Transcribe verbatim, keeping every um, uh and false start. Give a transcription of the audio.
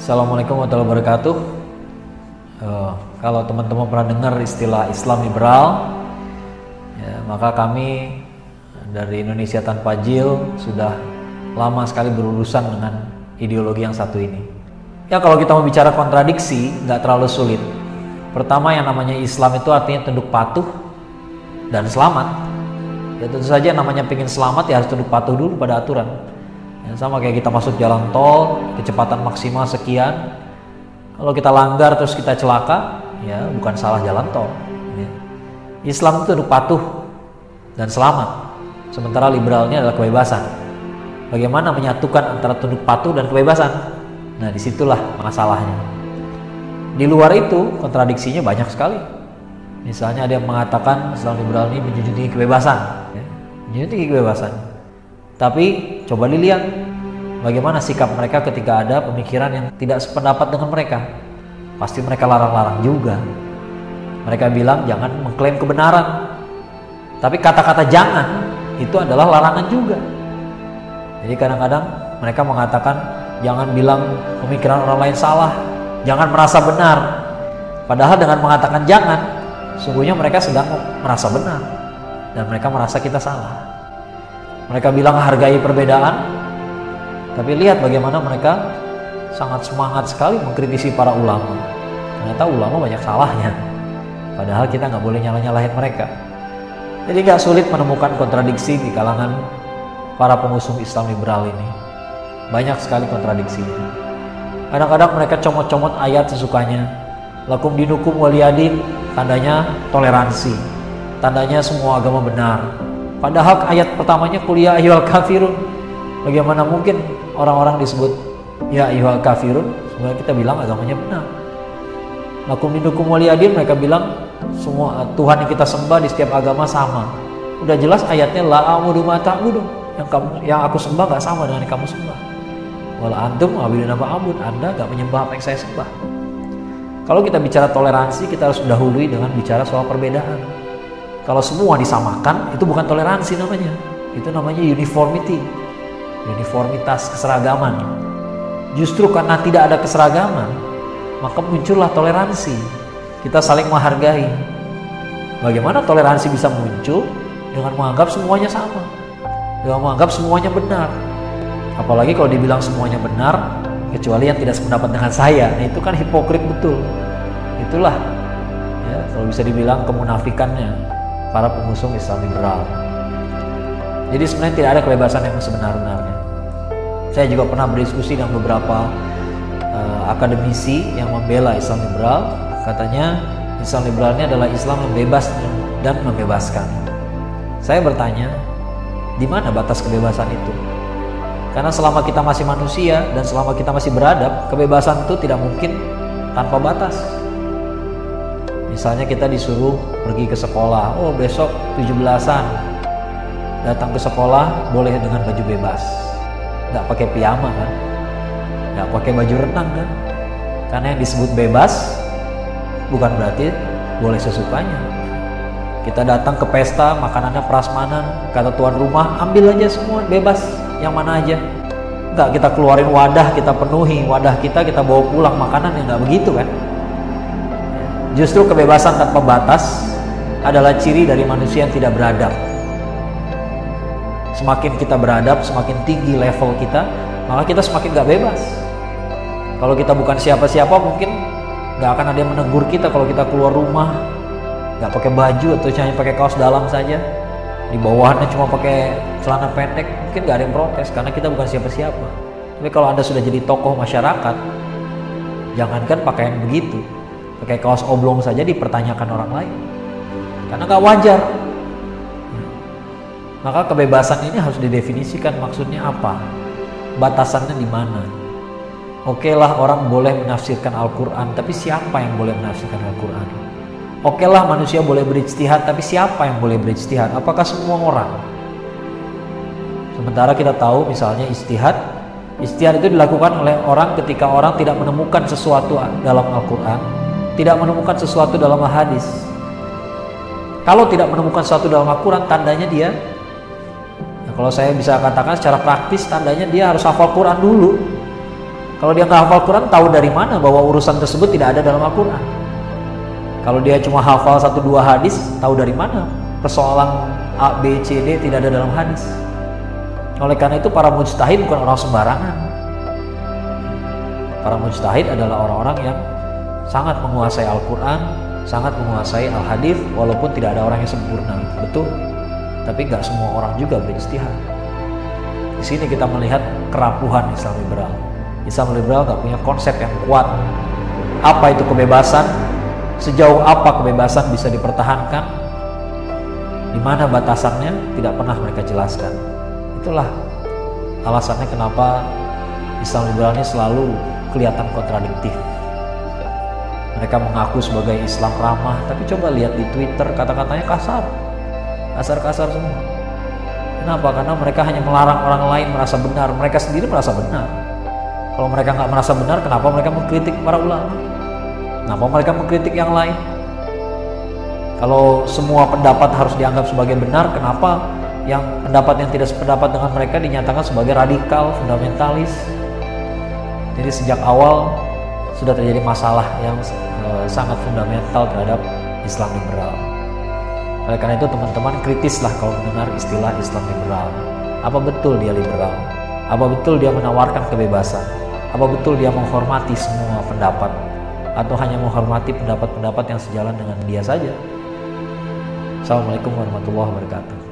Assalamualaikum warahmatullahi wabarakatuh. Uh, kalau teman-teman pernah dengar istilah Islam liberal, ya, maka kami dari Indonesia Tanpa Jil sudah lama sekali berurusan dengan ideologi yang satu ini. Ya, kalau kita mau bicara kontradiksi, nggak terlalu sulit. Pertama, yang namanya Islam itu artinya tunduk patuh dan selamat. Ya, tentu saja namanya pengen selamat ya harus tunduk patuh dulu pada aturan. Ya, sama kayak kita masuk jalan tol, kecepatan maksimal sekian. Kalau kita langgar terus kita celaka, ya bukan salah jalan tol. Ya. Islam itu tunduk patuh dan selamat. Sementara liberalnya adalah kebebasan. Bagaimana menyatukan antara tunduk patuh dan kebebasan? Nah, disitulah masalahnya. Di luar itu kontradiksinya banyak sekali. Misalnya ada yang mengatakan Islam liberal ini menjunjung tinggi kebebasan, ya. Menjunjung tinggi kebebasan. Tapi coba dilihat bagaimana sikap mereka ketika ada pemikiran yang tidak sependapat dengan mereka. Pasti mereka larang-larang juga. Mereka bilang jangan mengklaim kebenaran. Tapi kata-kata jangan itu adalah larangan juga. Jadi kadang-kadang mereka mengatakan jangan bilang pemikiran orang lain salah, jangan merasa benar. Padahal dengan mengatakan jangan, sungguhnya mereka sedang merasa benar dan mereka merasa kita salah. Mereka bilang hargai perbedaan, tapi lihat bagaimana mereka sangat semangat sekali mengkritisi para ulama. Ternyata ulama banyak salahnya, padahal kita nggak boleh nyalah-nyalahin mereka. Jadi nggak sulit menemukan kontradiksi di kalangan para pengusung Islam liberal ini. Banyak sekali kontradiksinya. Kadang-kadang mereka comot-comot ayat sesukanya. Lakum dinukum waliyadin, tandanya toleransi, tandanya semua agama benar. Padahal ayat pertamanya qul ya ayyuhal kafirun. Bagaimana mungkin orang-orang disebut ya ayyuhal kafirun? Sebenarnya kita bilang agamanya benar. Lakum dinukum waliyadin, mereka bilang semua Tuhan yang kita sembah di setiap agama sama. Udah jelas ayatnya la a'budu ma ta'budun. Yang kamu yang aku sembah gak sama dengan yang kamu sembah. Wala antum abiduna ma'bud, Anda gak menyembah apa yang saya sembah. Kalau kita bicara toleransi, kita harus dahului dengan bicara soal perbedaan. Kalau semua disamakan, itu bukan toleransi namanya. Itu namanya uniformity. Uniformitas, keseragaman. Justru karena tidak ada keseragaman, maka muncullah toleransi. Kita saling menghargai. Bagaimana toleransi bisa muncul? Dengan menganggap semuanya sama, dengan menganggap semuanya benar. Apalagi kalau dibilang semuanya benar, kecuali yang tidak sependapat dengan saya. Nah, itu kan hipokrit betul. Itulah, ya, kalau bisa dibilang kemunafikannya para pengusung Islam liberal. Jadi sebenarnya tidak ada kebebasan yang sebenar-benarnya. Saya juga pernah berdiskusi dengan beberapa uh, akademisi yang membela Islam liberal. Katanya Islam liberal ini adalah Islam yang bebas dan membebaskan. Saya bertanya, di mana batas kebebasan itu? Karena selama kita masih manusia dan selama kita masih beradab, kebebasan itu tidak mungkin tanpa batas. Misalnya kita disuruh pergi ke sekolah, oh besok tujuh belasan, datang ke sekolah boleh dengan baju bebas, nggak pakai piyama kan, nggak pakai baju renang kan, karena yang disebut bebas bukan berarti boleh sesukanya. Kita datang ke pesta, makanannya prasmanan, kata tuan rumah ambil aja semua, bebas, yang mana aja. Nggak kita keluarin wadah, kita penuhi wadah kita, kita bawa pulang makanan, yang nggak begitu kan. Justru kebebasan tanpa batas adalah ciri dari manusia yang tidak beradab. Semakin kita beradab, semakin tinggi level kita, maka kita semakin gak bebas. Kalau kita bukan siapa-siapa, mungkin gak akan ada yang menegur kita kalau kita keluar rumah gak pakai baju atau hanya pakai kaos dalam saja. Di bawahnya cuma pakai celana pendek, mungkin gak ada yang protes karena kita bukan siapa-siapa. Tapi kalau Anda sudah jadi tokoh masyarakat, jangankan pakaian begitu, pakai kaos oblong saja dipertanyakan orang lain karena gak wajar. Maka kebebasan ini harus didefinisikan, maksudnya apa, batasannya di mana. Oke lah, orang boleh menafsirkan Al-Quran, tapi siapa yang boleh menafsirkan Al-Quran? Oke lah, manusia boleh berijtihad, tapi siapa yang boleh berijtihad? Apakah semua orang? Sementara kita tahu misalnya ijtihad Ijtihad itu dilakukan oleh orang ketika orang tidak menemukan sesuatu dalam Al-Quran, tidak menemukan sesuatu dalam hadis. Kalau tidak menemukan sesuatu dalam Al-Quran, tandanya dia, nah kalau saya bisa katakan secara praktis, tandanya dia harus hafal Quran dulu. Kalau dia nggak hafal Quran, tahu dari mana bahwa urusan tersebut tidak ada dalam Al-Quran? Kalau dia cuma hafal satu dua hadis, tahu dari mana persoalan A, B, C, D tidak ada dalam hadis? Oleh karena itu para mujtahid bukan orang sembarangan. Para mujtahid adalah orang-orang yang sangat menguasai Al-Quran, sangat menguasai Al-Hadis, walaupun tidak ada orang yang sempurna, betul. Tapi nggak semua orang juga berijtihad. Di sini kita melihat kerapuhan Islam liberal. Islam liberal nggak punya konsep yang kuat. Apa itu kebebasan? Sejauh apa kebebasan bisa dipertahankan? Di mana batasannya? Tidak pernah mereka jelaskan. Itulah alasannya kenapa Islam liberal ini selalu kelihatan kontradiktif. Mereka mengaku sebagai Islam ramah, tapi coba lihat di Twitter kata-katanya kasar, kasar-kasar semua. Kenapa? Karena mereka hanya melarang orang lain merasa benar, mereka sendiri merasa benar. Kalau mereka nggak merasa benar, kenapa mereka mengkritik para ulama? Kenapa mereka mengkritik yang lain? Kalau semua pendapat harus dianggap sebagai benar, kenapa yang pendapat yang tidak sependapat dengan mereka dinyatakan sebagai radikal, fundamentalis? Jadi sejak awal sudah terjadi masalah yang uh, sangat fundamental terhadap Islam liberal. Oleh karena itu teman-teman kritislah kalau mendengar istilah Islam liberal. Apa betul dia liberal? Apa betul dia menawarkan kebebasan? Apa betul dia menghormati semua pendapat? Atau hanya menghormati pendapat-pendapat yang sejalan dengan dia saja? Assalamualaikum warahmatullahi wabarakatuh.